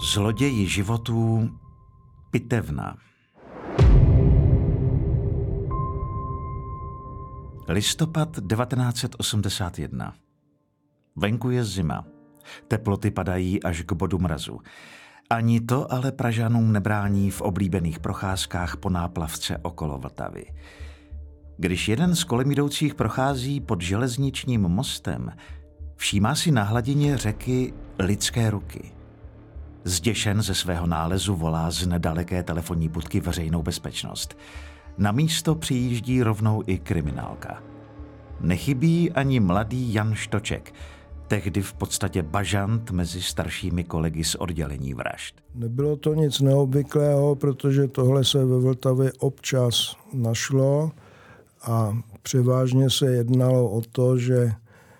Zloději životů pitevna. Listopad 1981. Venku je zima. Teploty padají až k bodu mrazu. Ani to ale Pražanům nebrání v oblíbených procházkách po náplavce okolo Vltavy. Když jeden z kolem jdoucích prochází pod železničním mostem, všímá si na hladině řeky lidské ruky. Zděšen ze svého nálezu volá z nedaleké telefonní budky veřejnou bezpečnost. Na místo přijíždí rovnou i kriminálka. Nechybí ani mladý Jan Štoček, tehdy v podstatě bažant mezi staršími kolegy z oddělení vražd. Nebylo to nic neobvyklého, protože tohle se ve Vltavě občas našlo a převážně se jednalo o to, že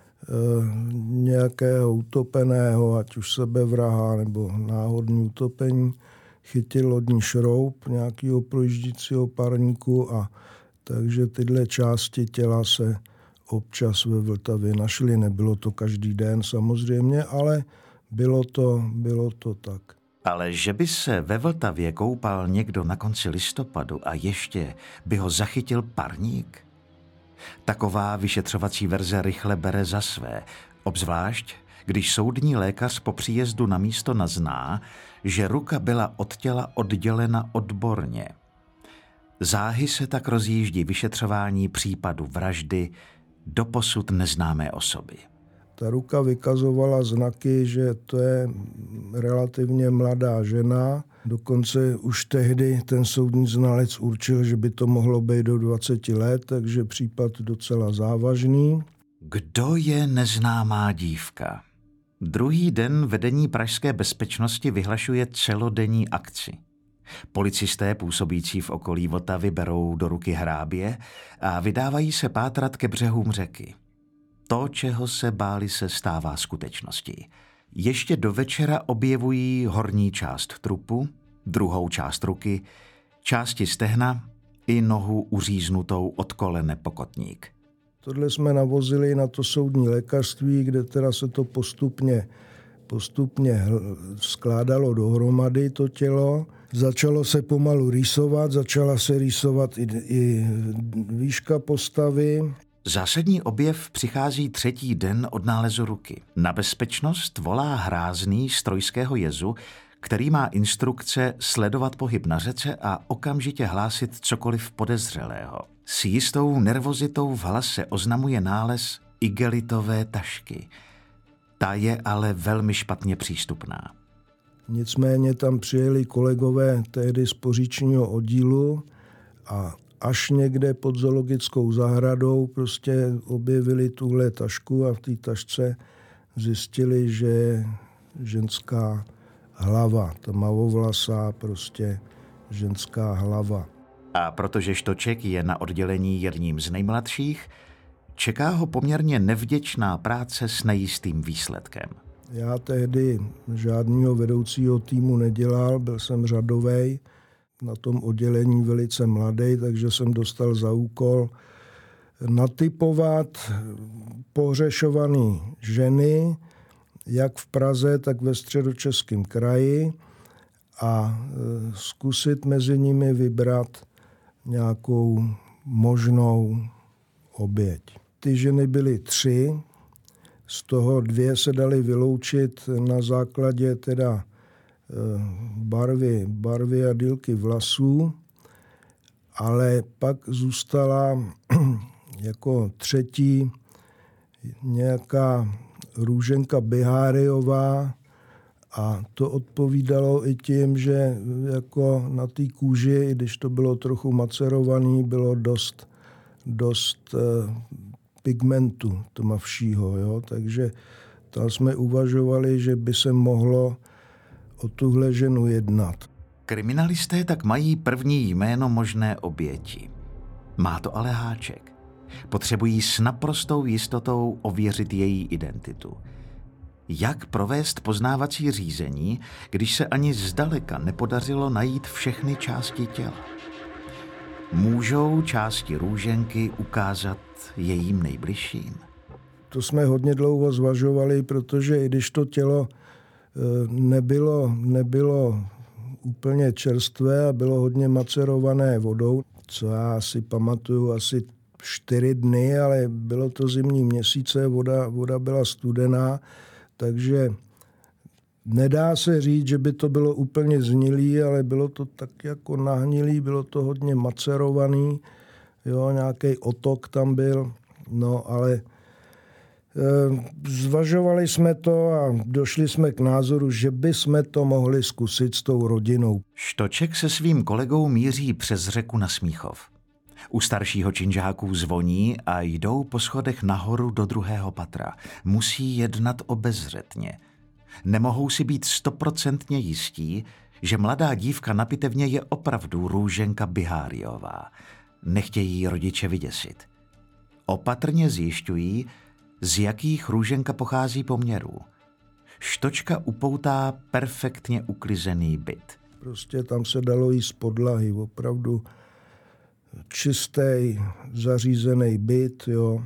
nějakého utopeného, ať už sebevraha nebo náhodný utopení, chytil lodní šroub nějakého projíždícího parníku a takže tyhle části těla se občas ve Vltavě našly. Nebylo to každý den samozřejmě, ale bylo to tak. Ale že by se ve Vltavě koupal někdo na konci listopadu a ještě by ho zachytil parník? Taková vyšetřovací verze rychle bere za své, obzvlášť, když soudní lékař po příjezdu na místo nazná, že ruka byla od těla oddělena odborně. Záhy se tak rozjíždí vyšetřování případu vraždy doposud neznámé osoby. Ta ruka vykazovala znaky, že to je relativně mladá žena. Dokonce už tehdy ten soudní znalec určil, že by to mohlo být do 20 let, takže případ docela závažný. Kdo je neznámá dívka? Druhý den vedení pražské bezpečnosti vyhlašuje celodenní akci. Policisté působící v okolí Vltavy berou do ruky hrábě a vydávají se pátrat ke břehům řeky. To, čeho se báli, se stává skutečností. Ještě do večera objevují horní část trupu, druhou část ruky, části stehna i nohu uříznutou od kolene po kotník. Tohle jsme navozili na to soudní lékařství, kde teda se to postupně skládalo dohromady to tělo. Začalo se pomalu rýsovat, začala se rýsovat i výška postavy. Zásadní objev přichází třetí den od nálezu ruky. Na bezpečnost volá Hrázný z Trojského jezu, který má instrukce sledovat pohyb na řece a okamžitě hlásit cokoliv podezřelého. S jistou nervozitou v hlase oznamuje nález igelitové tašky. Ta je ale velmi špatně přístupná. Nicméně tam přijeli kolegové tehdy z poříčního oddílu a až někde pod zoologickou zahradou prostě objevili tuhle tašku a v té tašce zjistili, že je ženská hlava, tmavovlasá prostě ženská hlava. A protože Štoček je na oddělení jedním z nejmladších, čeká ho poměrně nevděčná práce s nejistým výsledkem. Já tehdy žádného vedoucího týmu nedělal, byl jsem řadovej, na tom oddělení velice mladý, takže jsem dostal za úkol natipovat pohřešované ženy, jak v Praze, tak ve Středočeském kraji a zkusit mezi nimi vybrat nějakou možnou oběť. Ty ženy byly 3, z toho 2 se daly vyloučit na základě teda barvy a délky vlasů, ale pak zůstala jako třetí nějaká Růženka Biháriová a to odpovídalo i tím, že jako na té kůži, i když to bylo trochu macerovaný, bylo dost pigmentu tmavšího, jo? Takže tam jsme uvažovali, že by se mohlo o tuhle ženu jednat. Kriminalisté tak mají první jméno možné oběti. Má to ale háček. Potřebují s naprostou jistotou ověřit její identitu. Jak provést poznávací řízení, když se ani zdaleka nepodařilo najít všechny části těla? Můžou části Růženky ukázat jejím nejbližším? To jsme hodně dlouho zvažovali, protože i když to tělo nebylo úplně čerstvé a bylo hodně macerované vodou, co já si pamatuju asi 4 dny, ale bylo to zimní měsíce, voda byla studená, takže nedá se říct, že by to bylo úplně znilý, ale bylo to tak jako nahnilý, bylo to hodně macerovaný, jo, nějaký otok tam byl, no ale zvažovali jsme to a došli jsme k názoru, že bychom to mohli zkusit s tou rodinou. Štoček se svým kolegou míří přes řeku na Smíchov. U staršího činžáků zvoní a jdou po schodech nahoru do 2. patra. Musí jednat obezřetně. Nemohou si být 100% jistí, že mladá dívka na pitevně je opravdu Růženka Biháriová. Nechtějí rodiče vyděsit. Opatrně zjišťují, z jakých Růženka pochází poměrů. Štočka upoutá perfektně uklizený byt. Prostě tam se dalo jíst z podlahy, opravdu čistý, zařízený byt, jo.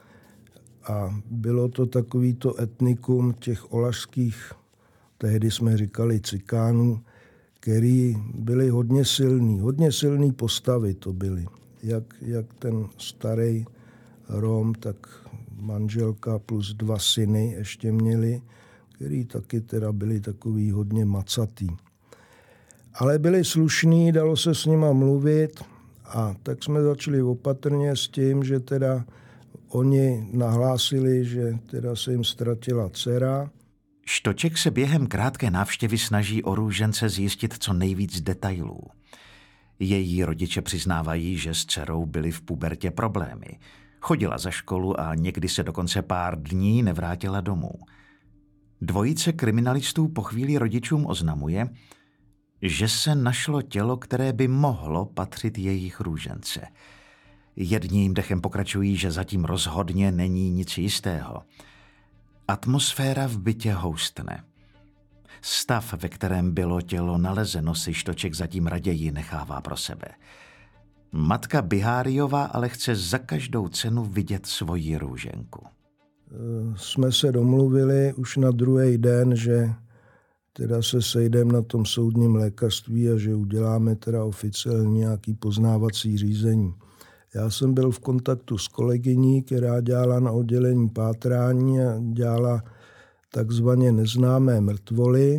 A bylo to takovýto etnikum těch olašských, tehdy jsme říkali cikánů, který byli hodně silný postavy to byly. Jak ten starý Rom, tak manželka plus 2 syny ještě měli, který taky teda byli takový hodně macatý. Ale byli slušní, dalo se s nima mluvit a tak jsme začali opatrně s tím, že teda oni nahlásili, že teda se jim ztratila dcera. Štoček se během krátké návštěvy snaží o Růžence zjistit co nejvíc detailů. Její rodiče přiznávají, že s dcerou byly v pubertě problémy. Chodila za školu a někdy se dokonce pár dní nevrátila domů. Dvojice kriminalistů po chvíli rodičům oznamuje, že se našlo tělo, které by mohlo patřit jejich Růžence. Jedním dechem pokračují, že zatím rozhodně není nic jistého. Atmosféra v bytě houstne. Stav, ve kterém bylo tělo nalezeno, si Štoček zatím raději nechává pro sebe. Matka Biháriová ale chce za každou cenu vidět svoji Růženku. Jsme se domluvili už na druhý den, že teda se sejdeme na tom soudním lékařství a že uděláme teda oficiálně nějaký poznávací řízení. Já jsem byl v kontaktu s kolegyní, která dělala na oddělení pátrání a dělala takzvaně neznámé mrtvoly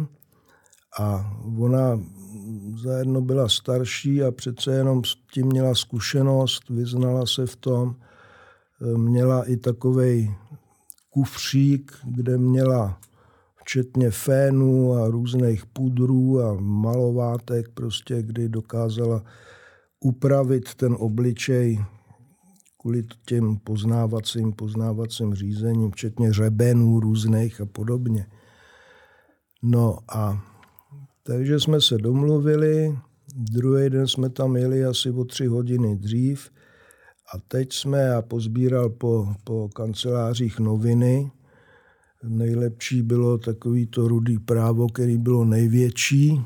a ona zajedno byla starší a přece jenom s tím měla zkušenost, vyznala se v tom, měla i takovej kufřík, kde měla včetně fénů a různých pudrů a malovátek, prostě, kdy dokázala upravit ten obličej kvůli těm poznávacím řízením, včetně řebenů různých a podobně. No a takže jsme se domluvili, druhý den jsme tam jeli asi o 3 hodiny dřív a teď já pozbíral po kancelářích noviny. Nejlepší bylo takovýto Rudý právo, který bylo největší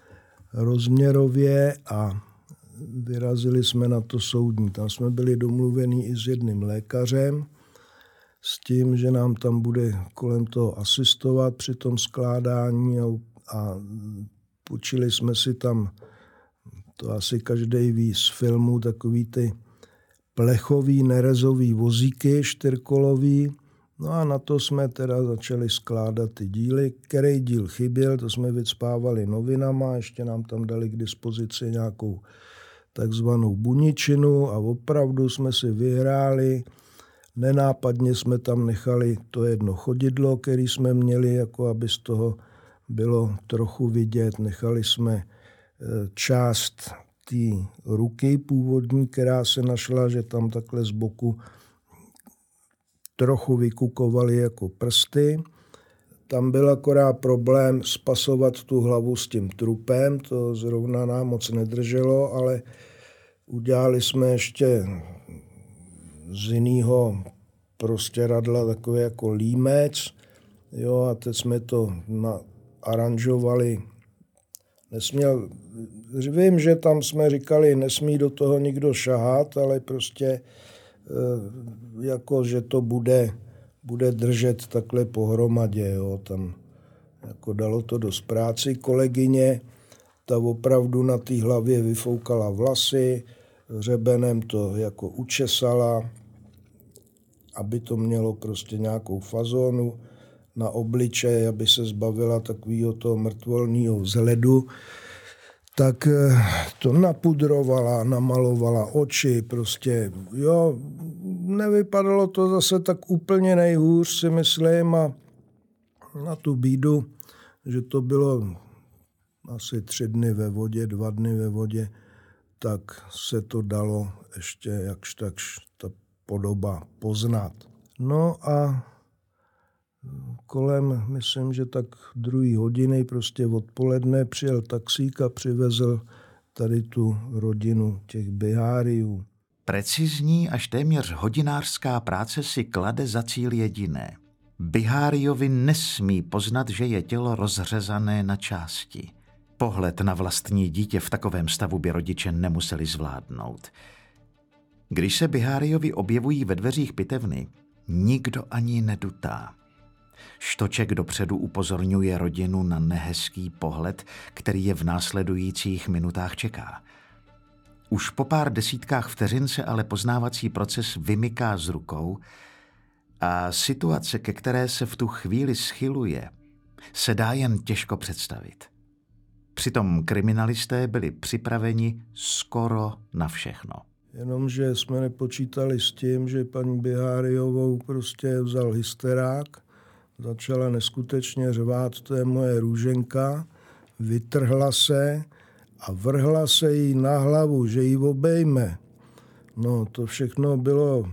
rozměrově a vyrazili jsme na to soudní. Tam jsme byli domluveni i s jedním lékařem s tím, že nám tam bude kolem toho asistovat při tom skládání a půjčili jsme si tam, to asi každý ví z filmu, takový ty plechový nerezový vozíky 4kolový. No a na to jsme teda začali skládat ty díly. Který díl chyběl, to jsme vycpávali novinama, ještě nám tam dali k dispozici nějakou takzvanou buničinu a opravdu jsme si vyhráli. Nenápadně jsme tam nechali to jedno chodidlo, které jsme měli, jako aby z toho bylo trochu vidět. Nechali jsme část té ruky původní, která se našla, že tam takhle z boku trochu vykukovaly jako prsty. Tam byl akorát problém spasovat tu hlavu s tím trupem, to zrovna nám moc nedrželo, ale udělali jsme ještě z jiného prostě radla takový jako límec, jo, a teď jsme to aranžovali. Vím, že tam jsme říkali, nesmí do toho nikdo šahat, ale prostě jako, že to bude držet takhle pohromadě, jo, tam Jako dalo to dost práci. Kolegyně, ta opravdu na té hlavě vyfoukala vlasy, hřebenem to jako učesala, aby to mělo prostě nějakou fazónu na obličej, aby se zbavila takového toho mrtvolného vzhledu. Tak to napudrovala, namalovala oči, prostě, jo, nevypadalo to zase tak úplně nejhůř, si myslím, a na tu bídu, že to bylo asi 3 dny ve vodě, 2 dny ve vodě, tak se to dalo ještě jakž takž ta podoba poznat. No a kolem, myslím, že tak 2 hodiny, prostě odpoledne, přijel taxík a přivezl tady tu rodinu těch Biháriů. Precizní až téměř hodinářská práce si klade za cíl jediné. Biháriovi nesmí poznat, že je tělo rozřezané na části. Pohled na vlastní dítě v takovém stavu by rodiče nemuseli zvládnout. Když se Biháriovi objevují ve dveřích pitevny, nikdo ani nedutá. Štoček dopředu upozorňuje rodinu na nehezký pohled, který je v následujících minutách čeká. Už po pár desítkách vteřin se ale poznávací proces vymyká z rukou a situace, ke které se v tu chvíli schyluje, se dá jen těžko představit. Přitom kriminalisté byli připraveni skoro na všechno. Jenomže jsme nepočítali s tím, že paní Biháriovou prostě vzal hysterák, začala neskutečně řvát, to je moje růženka, vytrhla se a vrhla se jí na hlavu, že ji obejme. No, to všechno bylo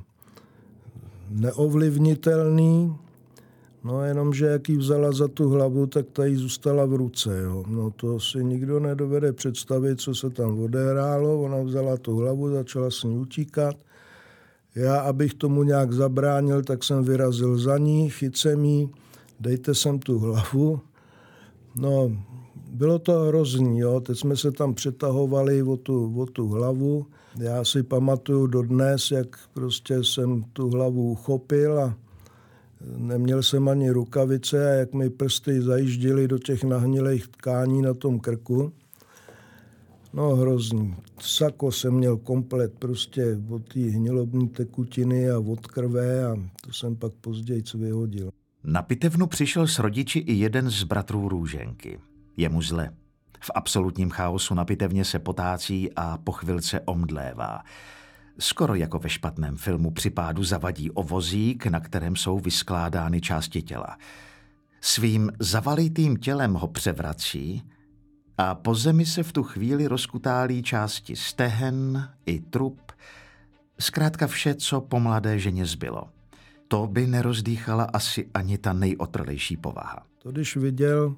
neovlivnitelný, no jenomže jak ji vzala za tu hlavu, tak ta jí zůstala v ruce. Jo. No to si nikdo nedovede představit, co se tam odehrálo. Ona vzala tu hlavu, začala s ní utíkat. Já, abych tomu nějak zabránil, tak jsem vyrazil za ní, chyt jsem jí, dejte sem tu hlavu. No, bylo to hrozný, jo. Teď jsme se tam přetahovali o tu hlavu. Já si pamatuju dodnes, jak prostě jsem tu hlavu uchopil a neměl jsem ani rukavice a jak mi prsty zajížděly do těch nahnilých tkání na tom krku. No hrozný. Sako jsem měl komplet prostě od té hnilobní tekutiny a od krve a to jsem pak později vyhodil. Na pitevnu přišel s rodiči i jeden z bratrů Růženky. Je mu zle. V absolutním chaosu na pitevně se potácí a po chvilce omdlévá. Skoro jako ve špatném filmu při pádu zavadí o vozík, na kterém jsou vyskládány části těla. Svým zavalitým tělem ho převrací a po zemi se v tu chvíli rozkutálí části stehen i trup, zkrátka vše, co po mladé ženě zbylo. To by nerozdýchala asi ani ta nejotrlejší povaha. To když viděl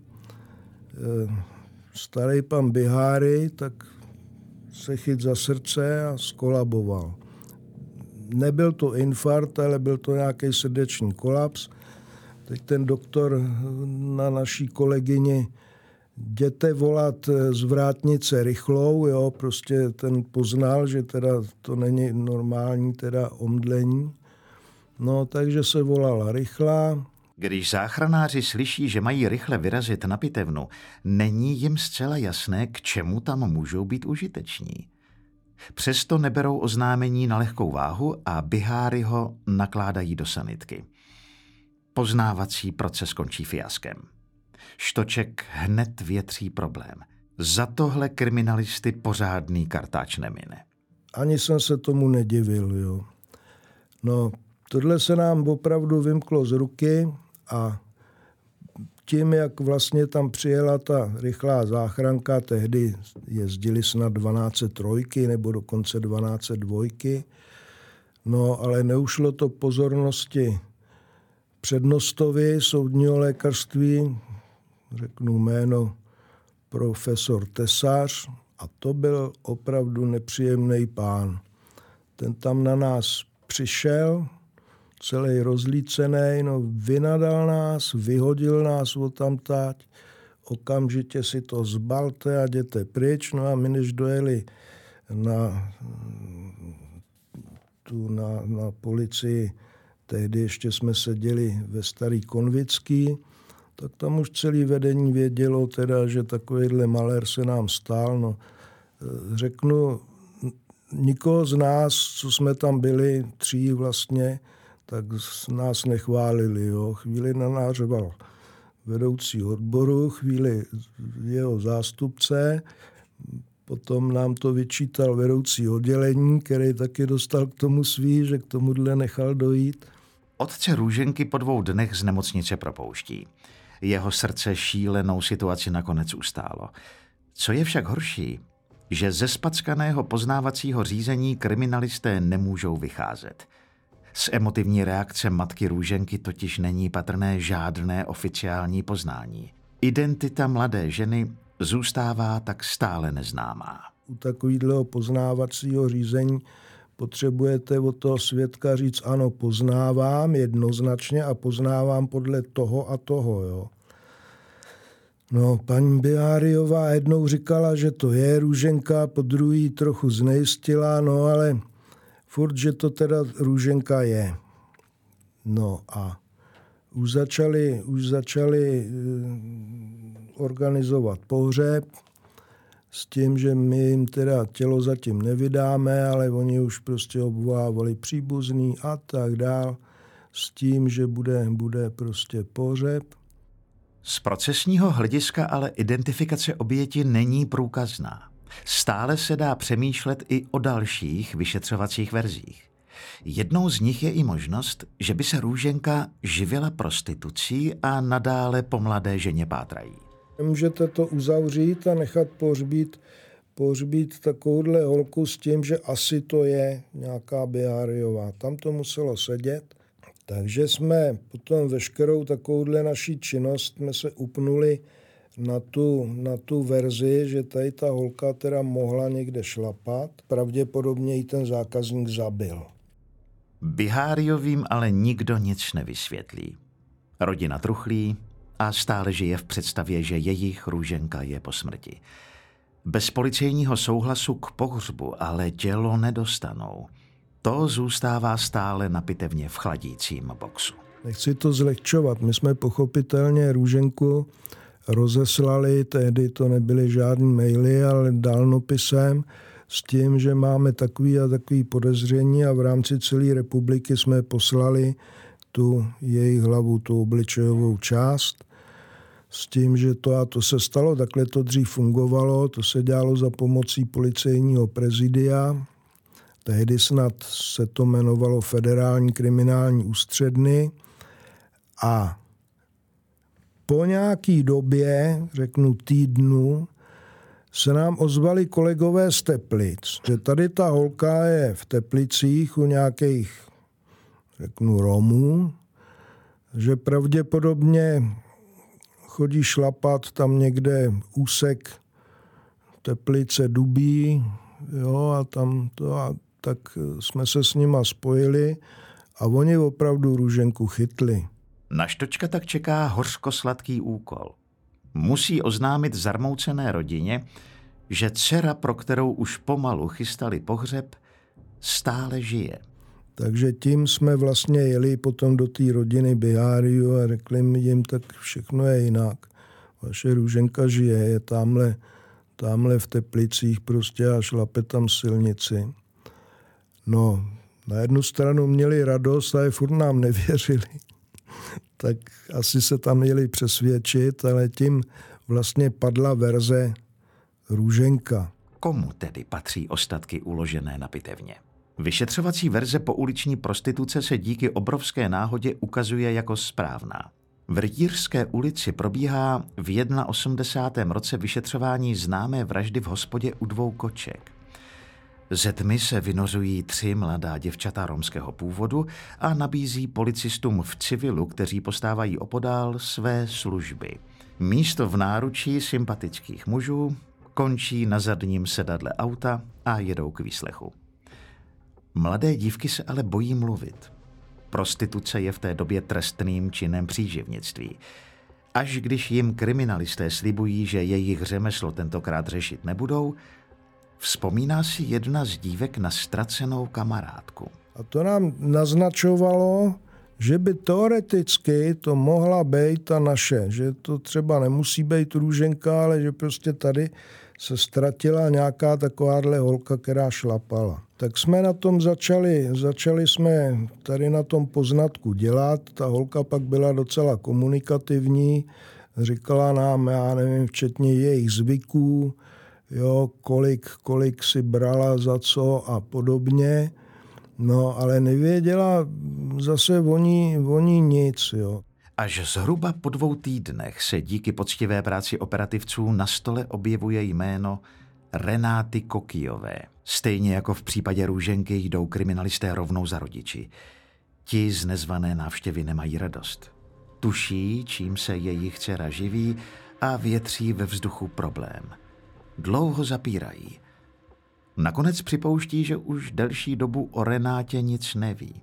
starý pan Bihári, tak se chyt za srdce a skolaboval. Nebyl to infarkt, ale byl to nějaký srdeční kolaps. Teď ten doktor na naší kolegyni jděte volat z vrátnice rychlou, jo, prostě ten poznal, že teda to není normální teda omdlení. No, takže se volala rychlá. Když záchranáři slyší, že mají rychle vyrazit na pitevnu, není jim zcela jasné, k čemu tam můžou být užiteční. Přesto neberou oznámení na lehkou váhu a Bihári ho nakládají do sanitky. Poznávací proces končí fiaskem. Štoček hned větří problém. Za tohle kriminalisty pořádný kartáč nemine. Ani jsem se tomu nedivil, jo. No, tohle se nám opravdu vymklo z ruky a tím, jak vlastně tam přijela ta rychlá záchranka, tehdy jezdili snad 1203 nebo dokonce 1202, no ale neušlo to pozornosti přednostovi soudního lékařství, řeknu jméno profesor Tesař, a to byl opravdu nepříjemný pán. Ten tam na nás přišel, celý rozlícený, no vynadal nás, vyhodil nás odtamtať, okamžitě si to zbalte a jděte pryč. No a my než dojeli na policii, tehdy ještě jsme seděli ve Starý Konvický, tak tam už celý vedení vědělo teda, že takovýhle malér se nám stal. No, řeknu, nikoho z nás, co jsme tam byli, 3 vlastně, tak nás nechválili. Jo. Chvíli na nás řval vedoucí odboru, chvíli jeho zástupce, potom nám to vyčítal vedoucí oddělení, který taky dostal k tomu svý, že k tomuhle nechal dojít. Otce Růženky po 2 dnech z nemocnice propouští. Jeho srdce šílenou situaci nakonec ustálo. Co je však horší, že ze spackaného poznávacího řízení kriminalisté nemůžou vycházet. Z emotivní reakce matky Růženky totiž není patrné žádné oficiální poznání. Identita mladé ženy zůstává tak stále neznámá. U takového poznávacího řízení potřebujete od toho svědka říct, ano, poznávám jednoznačně a poznávám podle toho a toho. Jo. No, paní Biháriová jednou říkala, že to je Růženka, po druhý trochu znejistila, no ale furt, že to teda Růženka je. No a už začali organizovat pohřeb s tím, že my jim teda tělo zatím nevydáme, ale oni už prostě obvolávali příbuzný a tak dál s tím, že bude prostě pohřeb. Z procesního hlediska ale identifikace oběti není průkazná. Stále se dá přemýšlet i o dalších vyšetřovacích verzích. Jednou z nich je i možnost, že by se Růženka živila prostitucí a nadále po mladé ženě pátrají. Můžete to uzavřít a nechat pohřbít takovouhle holku s tím, že asi to je nějaká Biháriová. Tam to muselo sedět. Takže jsme potom veškerou takovouhle naší činnost jsme se upnuli na tu verzi, že tady ta holka teda mohla někde šlapat. Pravděpodobně ji ten zákazník zabil. Biháriovým ale nikdo nic nevysvětlí. Rodina truchlí a stále žije v představě, že jejich Růženka je po smrti. Bez policejního souhlasu k pohřbu ale tělo nedostanou. To zůstává stále na pitevně v chladícím boxu. Nechci to zlehčovat. My jsme pochopitelně Růženku rozeslali, tehdy to nebyly žádný maily, ale dálnopisem s tím, že máme takový a takový podezření a v rámci celé republiky jsme poslali tu jejich hlavu, tu obličejovou část s tím, že to se stalo, takhle to dřív fungovalo, to se dělalo za pomocí policejního prezidia. Tehdy snad se to jmenovalo Federální kriminální ústředny a po nějaký době, řeknu týdnu, se nám ozvali kolegové z Teplic, že tady ta holka je v Teplicích u nějakých, řeknu, Romů, že pravděpodobně chodí šlapat tam někde úsek Teplice Dubí, jo, a tam to, a tak jsme se s nima spojili a oni opravdu Růženku chytli. Na Štočka tak čeká hořkosladký úkol. Musí oznámit zarmoucené rodině, že dcera, pro kterou už pomalu chystali pohřeb, stále žije. Takže tím jsme vlastně jeli potom do té rodiny Biháriů a řekli jim, tak všechno je jinak. Vaše Růženka žije, je tamhle v Teplicích prostě a šlape tam silnici. No, na jednu stranu měli radost, ale furt nám nevěřili. Tak asi se tam jeli přesvědčit, ale tím vlastně padla verze Růženka. Komu tedy patří ostatky uložené na pitevně? Vyšetřovací verze pouliční prostituce se díky obrovské náhodě ukazuje jako správná. V Rytířské ulici probíhá v 81. roce vyšetřování známé vraždy v hospodě u 2 koček. Ze tmy se vynořují 3 mladá děvčata romského původu a nabízí policistům v civilu, kteří postávají opodál, své služby. Místo v náručí sympatických mužů končí na zadním sedadle auta a jedou k výslechu. Mladé dívky se ale bojí mluvit. Prostituce je v té době trestným činem příživnictví. Až když jim kriminalisté slibují, že jejich řemeslo tentokrát řešit nebudou, vzpomíná si jedna z dívek na ztracenou kamarádku. A to nám naznačovalo, že by teoreticky to mohla být ta naše, že to třeba nemusí být Růženka, ale že prostě tady se ztratila nějaká takováhle holka, která šlapala. Tak jsme na tom začali jsme tady na tom poznatku dělat. Ta holka pak byla docela komunikativní, říkala nám, já nevím, včetně jejich zvyků, jo, kolik si brala za co a podobně. No, ale nevěděla zase o ní nic, jo. Až zhruba po 2 týdnech se díky poctivé práci operativců na stole objevuje jméno Renáty Kokijové. Stejně jako v případě Růženky jdou kriminalisté rovnou za rodiči. Ti z nezvané návštěvy nemají radost. Tuší, čím se jejich dcera živí a větří ve vzduchu problém. Dlouho zapírají. Nakonec připouští, že už delší dobu o Renátě nic neví.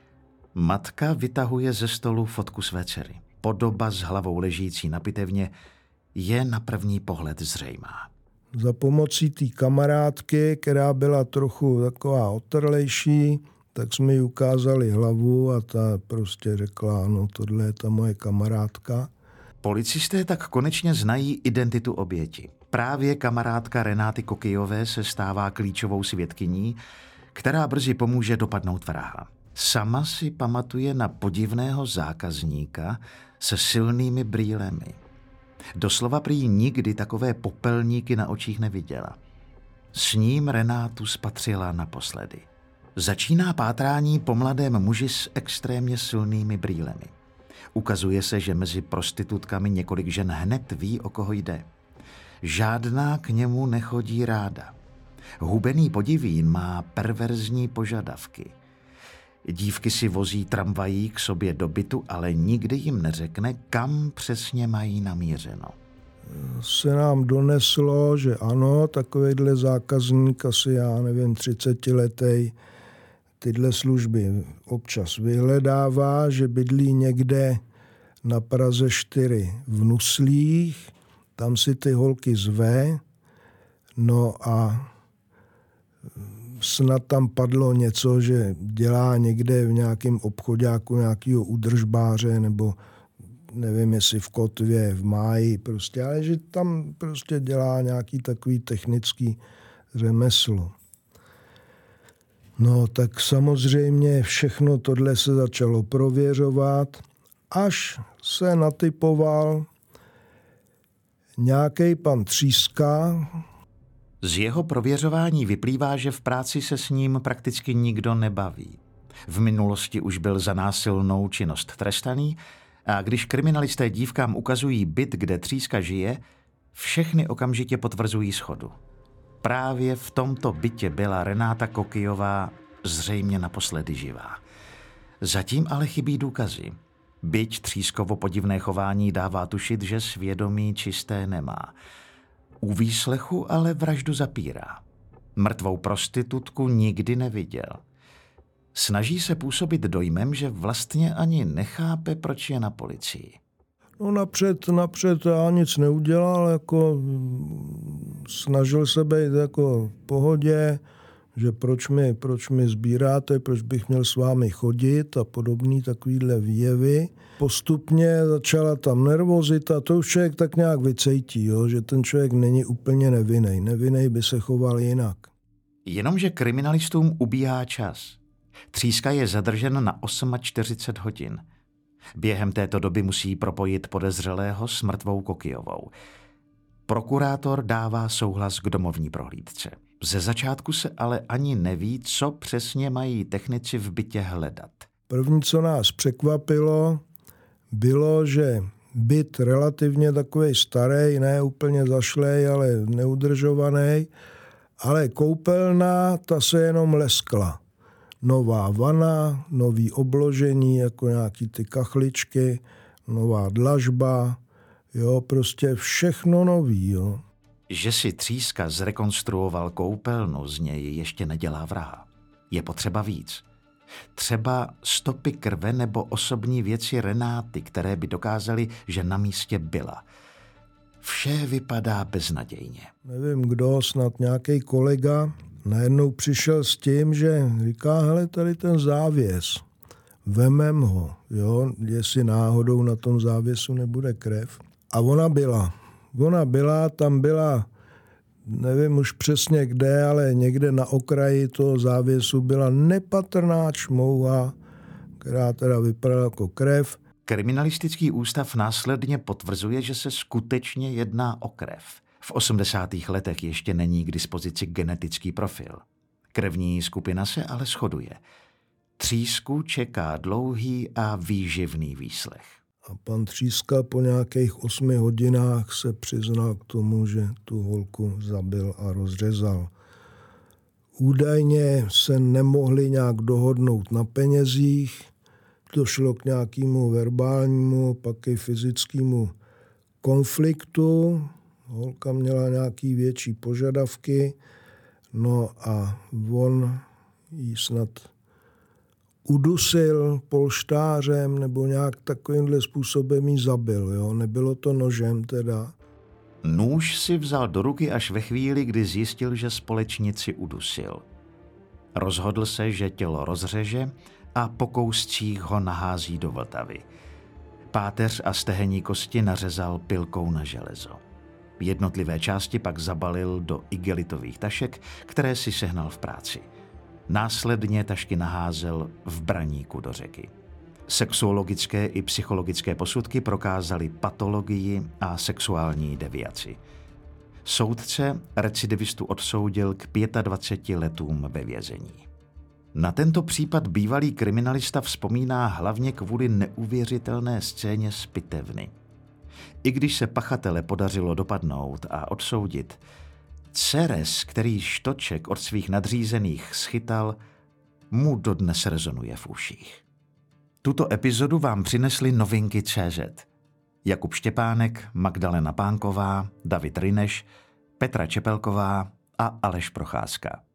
Matka vytahuje ze stolu fotku své dcery. Podoba s hlavou ležící na pitevně je na první pohled zřejmá. Za pomocí té kamarádky, která byla trochu taková otrlejší, tak jsme jí ukázali hlavu a ta prostě řekla, ano, tohle je ta moje kamarádka. Policisté tak konečně znají identitu oběti. Právě kamarádka Renáty Kokijové se stává klíčovou svědkyní, která brzy pomůže dopadnout vraha. Sama si pamatuje na podivného zákazníka se silnými brýlemi. Doslova prý nikdy takové popelníky na očích neviděla. S ním Renátu spatřila naposledy. Začíná pátrání po mladém muži s extrémně silnými brýlemi. Ukazuje se, že mezi prostitutkami několik žen hned ví, o koho jde. Žádná k němu nechodí ráda. Hubený podivín má perverzní požadavky. Dívky si vozí tramvají k sobě do bytu, ale nikdy jim neřekne, kam přesně mají namířeno. Se nám doneslo, že ano, takovýhle zákazník, asi já nevím, 30letý, tyhle služby občas vyhledává, že bydlí někde na Praze 4 v Nuslích, tam si ty holky zve, no a snad tam padlo něco, že dělá někde v nějakém obchodáku nějakého údržbáře, nebo nevím, jestli v Kotvě, v Máji, prostě, ale že tam prostě dělá nějaký takový technický řemeslo. No tak samozřejmě všechno tohle se začalo prověřovat, až se natypoval nějaký pan Tříska. Z jeho prověřování vyplývá, že v práci se s ním prakticky nikdo nebaví. V minulosti už byl za násilnou činnost trestaný a když kriminalisté dívkám ukazují byt, kde Tříska žije, všechny okamžitě potvrzují shodu. Právě v tomto bytě byla Renáta Kokijová zřejmě naposledy živá. Zatím ale chybí důkazy. Byť Třískovo podivné chování dává tušit, že svědomí čisté nemá. U výslechu ale vraždu zapírá. Mrtvou prostitutku nikdy neviděl. Snaží se působit dojmem, že vlastně ani nechápe, proč je na policii. No napřed já nic neudělal, jako snažil se být jako v pohodě, že proč mi sbíráte, proč bych měl s vámi chodit a podobný takovýhle výjevy. Postupně začala tam nervozita, to už člověk tak nějak vycejtí, jo, že ten člověk není úplně nevinnej. Nevinnej by se choval jinak. Jenomže kriminalistům ubíhá čas. Tříska je zadržen na 48 hodin. Během této doby musí propojit podezřelého s mrtvou Kokijovou. Prokurátor dává souhlas k domovní prohlídce. Ze začátku se ale ani neví, co přesně mají technici v bytě hledat. První, co nás překvapilo, bylo, že byt relativně takovej starý, ne úplně zašlej, ale neudržovaný, ale koupelna, ta se jenom leskla. Nová vana, nový obložení, jako nějaký ty kachličky, nová dlažba, jo, prostě všechno nový, jo. Že si Tříska zrekonstruoval koupelnu, z něj ještě nedělá vraha. Je potřeba víc. Třeba stopy krve nebo osobní věci Renáty, které by dokázaly, že na místě byla. Vše vypadá beznadějně. Nevím kdo, snad nějaký kolega, najednou přišel s tím, že říká, hele, tady ten závěs vemem ho, jo, jestli náhodou na tom závěsu nebude krev. A ona byla, tam byla, nevím už přesně kde, ale někde na okraji toho závěsu byla nepatrná čmouha, která teda vypadala jako krev. Kriminalistický ústav následně potvrzuje, že se skutečně jedná o krev. V 80. letech ještě není k dispozici genetický profil. Krevní skupina se ale shoduje. Třísku čeká dlouhý a výživný výslech. A pan Tříska po nějakých 8 hodinách se přiznal k tomu, že tu holku zabil a rozřezal. Údajně se nemohli nějak dohodnout na penězích, došlo k nějakému verbálnímu, pak i fyzickému konfliktu. Holka měla nějaké větší požadavky, no a on jí snad udusil polštářem nebo nějak takovýmhle způsobem jí zabil. Jo? Nebylo to nožem teda. Nůž si vzal do ruky až ve chvíli, kdy zjistil, že společnici udusil. Rozhodl se, že tělo rozřeže a po kouscích ho nahází do Vltavy. Páteř a stehenní kosti nařezal pilkou na železo. Jednotlivé části pak zabalil do igelitových tašek, které si sehnal v práci. Následně tašky naházel v braníku do řeky. Sexuologické i psychologické posudky prokázaly patologii a sexuální deviaci. Soudce recidivistu odsoudil k 25 letům ve vězení. Na tento případ bývalý kriminalista vzpomíná hlavně kvůli neuvěřitelné scéně z pitevny. I když se pachatele podařilo dopadnout a odsoudit, Ceres, který štoček od svých nadřízených schytal, mu dodnes rezonuje v uších. Tuto epizodu vám přinesli Novinky.cz. Jakub Štěpánek, Magdalena Pánková, David Ryneš, Petra Čepelková a Aleš Procházka.